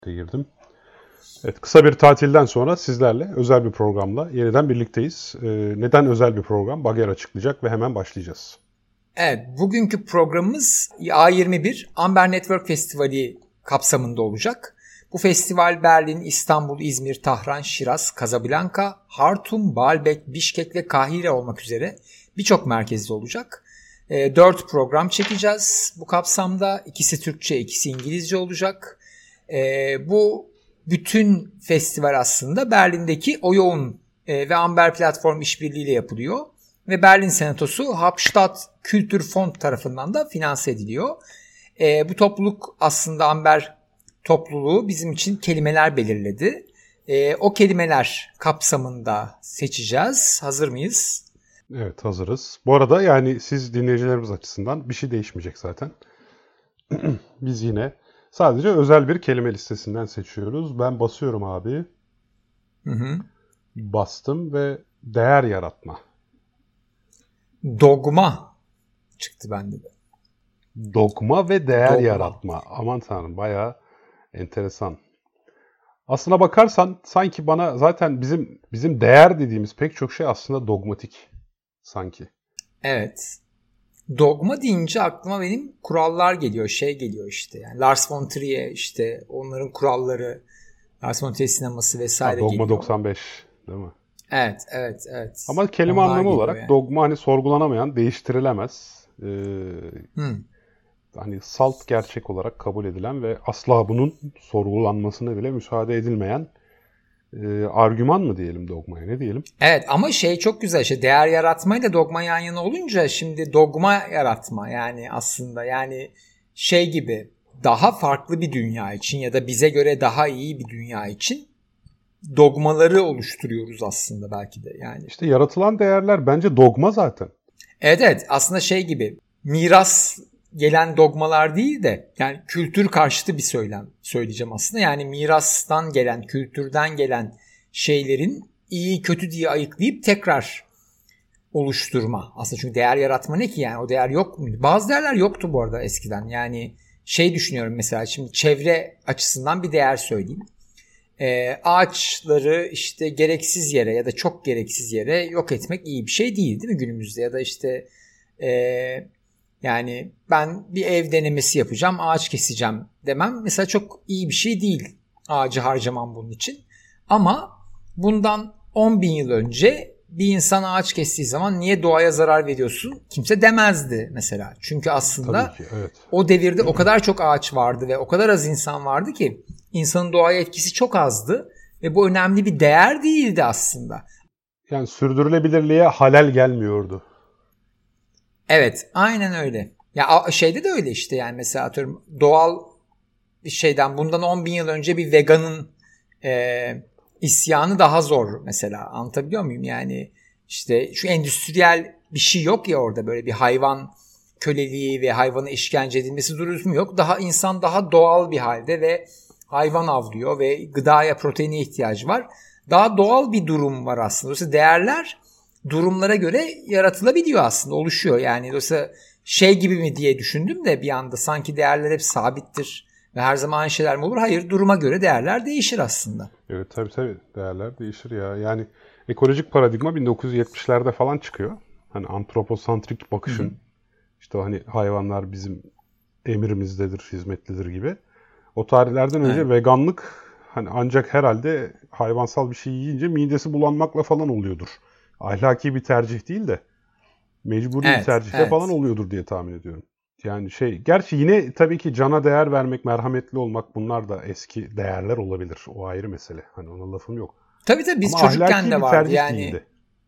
girdim. Evet, kısa bir tatilden sonra sizlerle özel bir programla yeniden birlikteyiz. Neden özel bir program? Bager açıklayacak ve hemen başlayacağız. Evet, bugünkü programımız A21 Amber Network Festivali kapsamında olacak. Bu festival Berlin, İstanbul, İzmir, Tahran, Şiraz, Casablanca, Hartum, Baalbek, Bişkek ve Kahire olmak üzere birçok merkezde olacak. 4 program çekeceğiz bu kapsamda. İkisi Türkçe, ikisi İngilizce olacak. Bu bütün festival aslında Berlin'deki OYO'un ve Amber Platform işbirliğiyle yapılıyor. Ve Berlin Senatosu Hauptstadt Kulturfond tarafından da finanse ediliyor. Bu topluluk aslında Amber topluluğu bizim için kelimeler belirledi. O kelimeler kapsamında seçeceğiz. Hazır mıyız? Evet, hazırız. Bu arada yani siz dinleyicilerimiz açısından bir şey değişmeyecek zaten. Biz yine sadece özel bir kelime listesinden seçiyoruz. Ben basıyorum abi. Hı. Bastım ve değer yaratma. Dogma çıktı bende de. Dogma ve değer yaratma. Aman tanrım, bayağı enteresan. Aslına bakarsan sanki bana zaten bizim değer dediğimiz pek çok şey aslında dogmatik sanki. Evet. Dogma deyince aklıma benim kurallar geliyor, geliyor işte. Yani Lars von Trier, işte onların kuralları, Lars von Trier sineması vesaire Dogma geliyor. Dogma 95 değil mi? Evet. Ama kelime Onlar anlamı olarak yani. dogma hani sorgulanamayan, değiştirilemez. Hani salt gerçek olarak kabul edilen ve asla bunun sorgulanmasına bile müsaade edilmeyen argüman mı diyelim dogmaya, ne diyelim? Evet, ama çok güzel, değer yaratmayla dogma yan yana olunca şimdi dogma yaratma yani aslında yani gibi daha farklı bir dünya için ya da bize göre daha iyi bir dünya için dogmaları oluşturuyoruz aslında belki de yani. İşte yaratılan değerler bence dogma zaten. Evet, aslında gibi miras gelen dogmalar değil de yani kültür karşıtı bir söylem söyleyeceğim aslında. Yani mirastan gelen, kültürden gelen şeylerin iyi kötü diye ayıklayıp tekrar oluşturma. Aslında çünkü değer yaratma ne ki yani, o değer yok muydu? Bazı değerler yoktu bu arada eskiden. Yani düşünüyorum mesela, şimdi çevre açısından bir değer söyleyeyim. Ağaçları işte gereksiz yere ya da çok gereksiz yere yok etmek iyi bir şey değil mi günümüzde? Ya da işte yani ben bir ev denemesi yapacağım, ağaç keseceğim demem mesela çok iyi bir şey değil, ağacı harcamam bunun için. Ama bundan 10.000 yıl önce bir insan ağaç kestiği zaman niye doğaya zarar veriyorsun kimse demezdi mesela. Çünkü aslında evet. O devirde o kadar çok ağaç vardı ve o kadar az insan vardı ki insanın doğaya etkisi çok azdı ve bu önemli bir değer değildi aslında. Yani sürdürülebilirliğe halel gelmiyordu. Evet, aynen öyle. Ya de öyle işte, yani mesela atıyorum doğal bir şeyden bundan 10.000 yıl önce bir veganın isyanı daha zor mesela, anlatabiliyor muyum? Yani işte şu endüstriyel bir şey yok ya orada, böyle bir hayvan köleliği ve hayvana işkence edilmesi durumu yok. Daha insan daha doğal bir halde ve hayvan avlıyor ve gıdaya, proteine ihtiyacı var. Daha doğal bir durum var aslında. Dolayısıyla değerler durumlara göre yaratılabiliyor aslında, oluşuyor. Yani dolayısıyla gibi mi diye düşündüm de bir anda, sanki değerler hep sabittir ve her zaman aynı şeyler mi olur? Hayır, duruma göre değerler değişir aslında. Evet, tabii değerler değişir ya. Yani ekolojik paradigma 1970'lerde falan çıkıyor. Hani antroposantrik bakışın, işte hani hayvanlar bizim emrimizdedir, hizmetlidir gibi. O tarihlerden önce veganlık hani ancak herhalde hayvansal bir şey yiyince midesi bulanmakla falan oluyordur. Ahlaki bir tercih değil de mecburi bir tercihle falan oluyordur diye tahmin ediyorum. Yani gerçi yine tabii ki cana değer vermek, merhametli olmak, bunlar da eski değerler olabilir. O ayrı mesele. Hani ona lafım yok. Tabii biz ama çocukken de vardı yani. Değildi.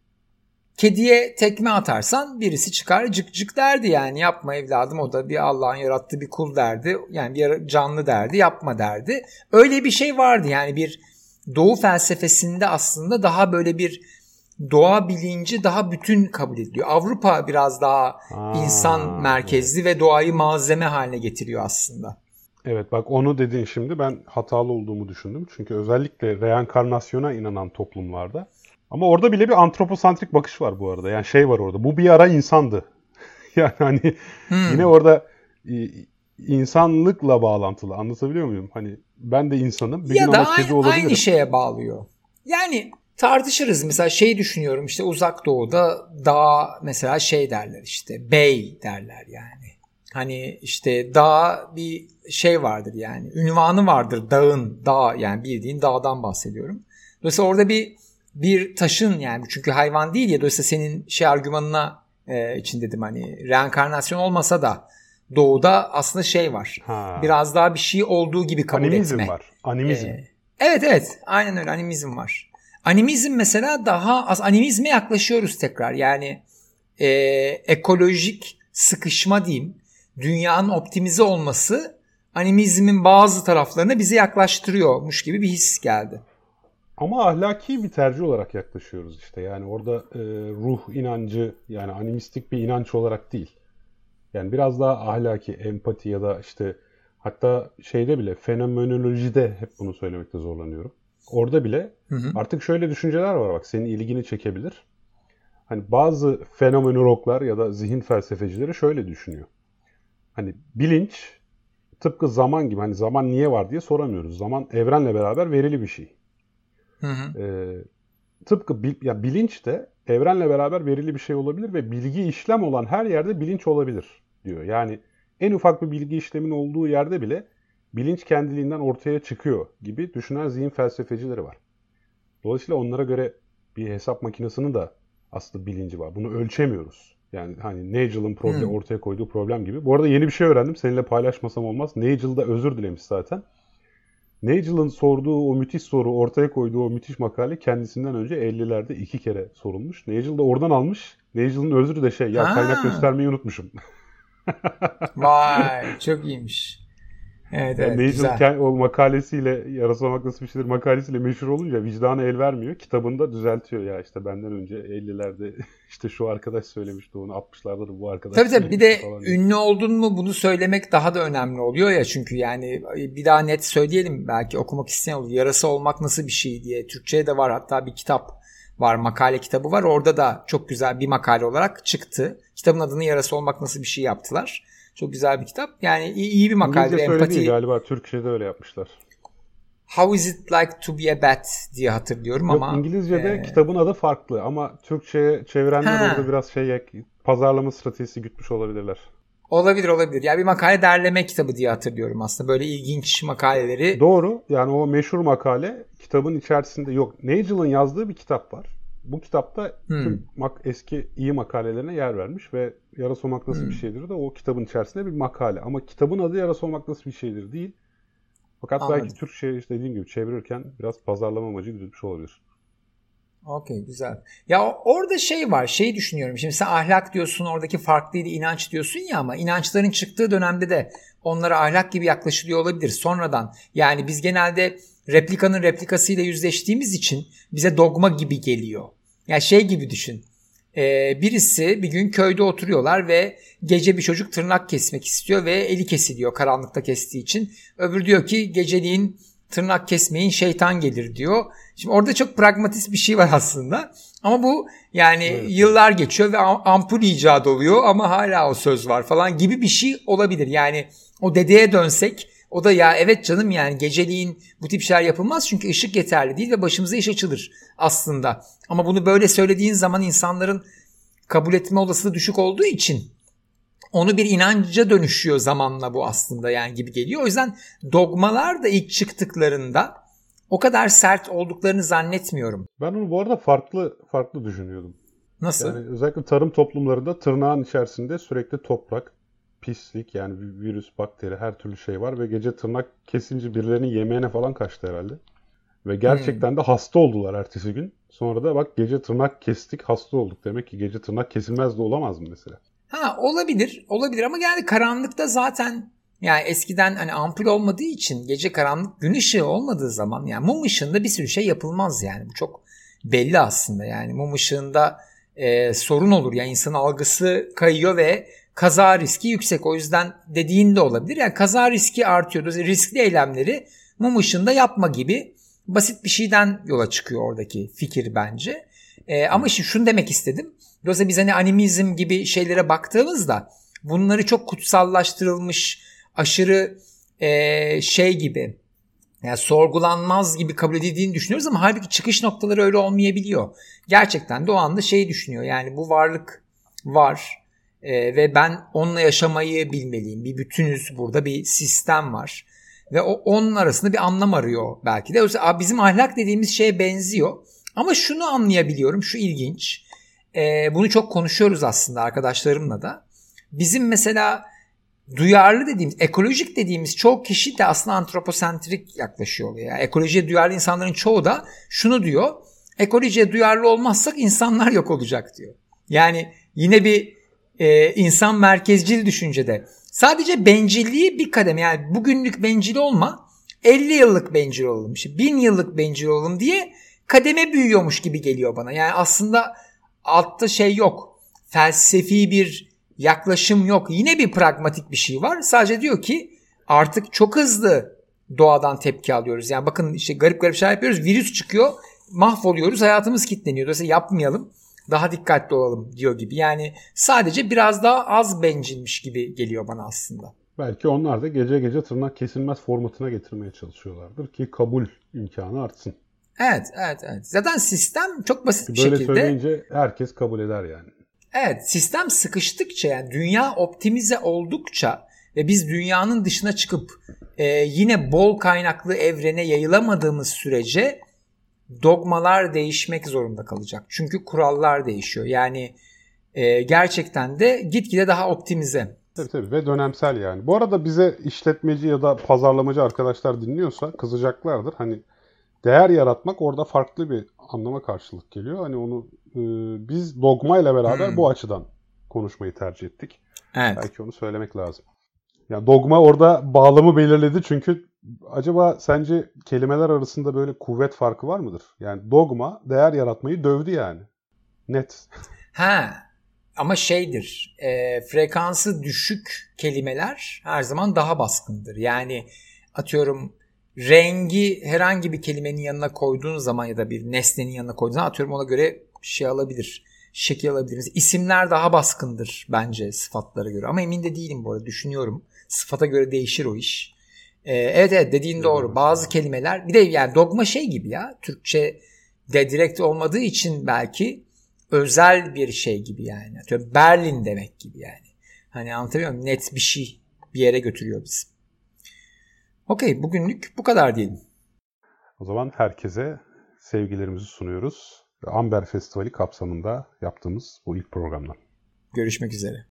Kediye tekme atarsan birisi çıkar cık cık derdi yani, yapma evladım, o da bir Allah'ın yarattığı bir kul derdi. Yani bir canlı derdi, yapma derdi. Öyle bir şey vardı yani, bir Doğu felsefesinde aslında daha böyle bir doğa bilinci daha bütün kabul ediliyor. Avrupa biraz daha insan merkezli ve doğayı malzeme haline getiriyor aslında. Evet, bak onu dedin şimdi, ben hatalı olduğumu düşündüm. Çünkü özellikle reenkarnasyona inanan toplumlarda. Ama orada bile bir antroposantrik bakış var bu arada. Yani var orada. Bu bir ara insandı. Yani hani yine orada insanlıkla bağlantılı. Anlatabiliyor muyum? Hani ben de insanım. Bir ya gün da ama kedi olabilirim. aynı şeye bağlıyor. Yani tartışırız. Mesela düşünüyorum, işte Uzak Doğu'da dağ mesela derler, işte bey derler yani. Hani işte dağ bir vardır yani. Ünvanı vardır dağın, dağ yani bildiğin dağdan bahsediyorum. Dolayısıyla orada bir taşın, yani çünkü hayvan değil ya, dolayısıyla senin argümanına için dedim, hani reenkarnasyon olmasa da doğuda aslında var. Biraz daha bir şey olduğu gibi kabul animizm etme. Var. Animizm. Evet. Aynen öyle, animizm var. Animizm mesela daha az, animizme yaklaşıyoruz tekrar. Yani ekolojik sıkışma diyeyim. Dünyanın optimize olması animizmin bazı taraflarına bizi yaklaştırıyormuş gibi bir his geldi. Ama ahlaki bir tercih olarak yaklaşıyoruz işte. Yani orada ruh inancı, yani animistik bir inanç olarak değil. Yani biraz daha ahlaki, empati ya da işte hatta bile, fenomenolojide hep bunu söylemekte zorlanıyorum. Orada bile artık şöyle düşünceler var, bak senin ilgini çekebilir. Hani bazı fenomenologlar ya da zihin felsefecileri şöyle düşünüyor. Hani bilinç tıpkı zaman gibi, hani zaman niye var diye soramıyoruz. Zaman evrenle beraber verili bir şey. Tıpkı bilinç de evrenle beraber verili bir şey olabilir ve bilgi işlem olan her yerde bilinç olabilir diyor. Yani en ufak bir bilgi işlemin olduğu yerde bile bilinç kendiliğinden ortaya çıkıyor gibi düşünen zihin felsefecileri var. Dolayısıyla onlara göre bir hesap makinesinin de aslında bilinci var. Bunu ölçemiyoruz. Yani hani Nigel'ın ortaya koyduğu problem gibi. Bu arada yeni bir şey öğrendim. Seninle paylaşmasam olmaz. Nigel da özür dilemiş zaten. Nigel'ın sorduğu o müthiş soru, ortaya koyduğu o müthiş makale kendisinden önce 50'lerde 2 kere sorulmuş. Nigel de oradan almış. Nigel'ın özrü de kaynak göstermeyi unutmuşum. Vay, çok iyiymiş. Evet, Yani Nigel güzel. o makalesiyle, yarası olmak nasıl bir şeydir makalesiyle meşhur olunca vicdanı el vermiyor. Kitabında düzeltiyor, ya işte benden önce 50'lerde işte şu arkadaş söylemişti onu, 60'larda da bu arkadaş Tabii bir de falan ünlü oldun mu bunu söylemek daha da önemli oluyor ya, çünkü yani bir daha net söyleyelim, belki okumak isteyen olur. Yarası olmak nasıl bir şey diye. Türkçe'de de var, hatta bir kitap var, makale kitabı var. Orada da çok güzel bir makale olarak çıktı. Kitabın adını Yarası olmak nasıl bir şey yaptılar. Çok güzel bir kitap. Yani iyi bir makaledir. İngilizce empati. söylediği galiba Türkçe'de öyle yapmışlar. How is it like to be a bat diye hatırlıyorum. Yok, ama İngilizce'de kitabın adı farklı ama Türkçe'ye çevirenler orada biraz pazarlama stratejisi gütmüş olabilirler. Olabilir. Yani bir makale derleme kitabı diye hatırlıyorum aslında. Böyle ilginç makaleleri. Doğru. Yani o meşhur makale kitabın içerisinde yok. Nigel'ın yazdığı bir kitap var. Bu kitapta tüm eski iyi makalelerine yer vermiş ve yarası olmak nasıl bir şeydir de o kitabın içerisinde bir makale. Ama kitabın adı yarası olmak nasıl bir şeydir değil. Fakat Anladım. belki Türkçe'ye işte dediğim gibi çevirirken biraz pazarlama amacı güdülmüş olabilir. Okey, güzel. Ya orada var, düşünüyorum. Şimdi sen ahlak diyorsun, oradaki farklıydı, inanç diyorsun ya, ama inançların çıktığı dönemde de onlara ahlak gibi yaklaşılıyor olabilir sonradan. Yani biz genelde replikanın replikasıyla yüzleştiğimiz için bize dogma gibi geliyor. Yani gibi düşün. Birisi bir gün köyde oturuyorlar ve gece bir çocuk tırnak kesmek istiyor ve eli kesiliyor karanlıkta kestiği için. Öbürü diyor ki geceliğin tırnak kesmeyin, şeytan gelir diyor. Şimdi orada çok pragmatist bir şey var aslında. Ama bu yani yıllar geçiyor ve ampul icat oluyor ama hala o söz var falan gibi bir şey olabilir. Yani o dedeye dönsek, o da ya evet canım, yani geceliğin bu tip şeyler yapılmaz çünkü ışık yeterli değil ve başımıza iş açılır aslında. Ama bunu böyle söylediğin zaman insanların kabul etme olasılığı düşük olduğu için onu bir inanca dönüşüyor zamanla bu aslında, yani gibi geliyor. O yüzden dogmalar da ilk çıktıklarında o kadar sert olduklarını zannetmiyorum. Ben onu bu arada farklı düşünüyordum. Nasıl? Yani özellikle tarım toplumlarında tırnağın içerisinde sürekli toprak, pislik, yani virüs, bakteri, her türlü şey var ve gece tırnak kesince birilerinin yemeğine falan kaçtı herhalde. Ve gerçekten de hasta oldular ertesi gün. Sonra da bak gece tırnak kestik, hasta olduk. Demek ki gece tırnak kesilmez de olamaz mı mesela? Olabilir ama yani karanlıkta zaten, yani eskiden hani ampul olmadığı için gece karanlık, gün ışığı olmadığı zaman yani mum ışığında bir sürü şey yapılmaz yani. Bu çok belli aslında, yani mum ışığında sorun olur. Yani insanın algısı kayıyor ve kaza riski yüksek. O yüzden dediğin de olabilir. Yani kaza riski artıyor. Dolayısıyla riskli eylemleri mum ışığında yapma gibi basit bir şeyden yola çıkıyor oradaki fikir bence. Ama şimdi şunu demek istedim. Dolayısıyla biz hani animizm gibi şeylere baktığımızda bunları çok kutsallaştırılmış, aşırı şey gibi, yani sorgulanmaz gibi kabul edildiğini düşünüyoruz ama halbuki çıkış noktaları öyle olmayabiliyor. Gerçekten de o anda şey düşünüyor, yani bu varlık var ve ben onunla yaşamayı bilmeliyim. Bir bütünüz, burada bir sistem var ve onun arasında bir anlam arıyor belki de. Oysa bizim ahlak dediğimiz şeye benziyor ama şunu anlayabiliyorum, şu ilginç, bunu çok konuşuyoruz aslında arkadaşlarımla da. Bizim mesela duyarlı dediğimiz, ekolojik dediğimiz çoğu kişi de aslında antroposentrik yaklaşıyor oluyor. Yani ekolojiye duyarlı insanların çoğu da şunu diyor: ekolojiye duyarlı olmazsak insanlar yok olacak diyor. Yani yine bir insan merkezcil düşüncede. Sadece bencilliği bir kademe, yani bugünlük bencil olma, 50 yıllık bencil olalım, 1000 yıllık bencil olalım diye kademe büyüyormuş gibi geliyor bana. Yani aslında altta şey yok, felsefi bir yaklaşım yok. Yine bir pragmatik bir şey var. Sadece diyor ki artık çok hızlı doğadan tepki alıyoruz. Yani bakın işte garip garip şeyler yapıyoruz. Virüs çıkıyor, mahvoluyoruz, hayatımız kilitleniyor. Dolayısıyla yapmayalım, daha dikkatli olalım diyor gibi. Yani sadece biraz daha az bencilmiş gibi geliyor bana aslında. Belki onlar da gece gece tırnak kesilmez formatına getirmeye çalışıyorlardır ki kabul imkanı artsın. Evet. Zaten sistem çok basit bir böyle şekilde. Böyle söyleyince herkes kabul eder yani. Evet, sistem sıkıştıkça, yani dünya optimize oldukça ve biz dünyanın dışına çıkıp yine bol kaynaklı evrene yayılamadığımız sürece dogmalar değişmek zorunda kalacak. Çünkü kurallar değişiyor. Yani gerçekten de gitgide daha optimize. Tabii ve dönemsel yani. Bu arada bize işletmeci ya da pazarlamacı arkadaşlar dinliyorsa kızacaklardır. Hani değer yaratmak orada farklı bir anlama karşılık geliyor. Hani onu biz dogma ile beraber bu açıdan konuşmayı tercih ettik. Evet. Belki onu söylemek lazım. Yani dogma orada bağlamı belirledi çünkü acaba sence kelimeler arasında böyle kuvvet farkı var mıdır? Yani dogma değer yaratmayı dövdü yani. Net. Ama şeydir, frekansı düşük kelimeler her zaman daha baskındır. Yani atıyorum, rengi herhangi bir kelimenin yanına koyduğun zaman ya da bir nesnenin yanına koyduğun zaman atıyorum ona göre şey alabilir, şekil alabilir. İsimler daha baskındır bence sıfatlara göre. Ama emin de değilim bu arada, düşünüyorum. Sıfata göre değişir o iş. Evet dediğin doğru. Bazı kelimeler, bir de yani dogma şey gibi ya, Türkçe de direkt olmadığı için belki özel bir şey gibi yani. Atıyorum Berlin demek gibi yani. Hani anlatabiliyor muyum? Net bir şey bir yere götürüyor bizi. Okey, bugünlük bu kadar diyelim. O zaman herkese sevgilerimizi sunuyoruz. Amber Festivali kapsamında yaptığımız bu ilk programdan. Görüşmek üzere.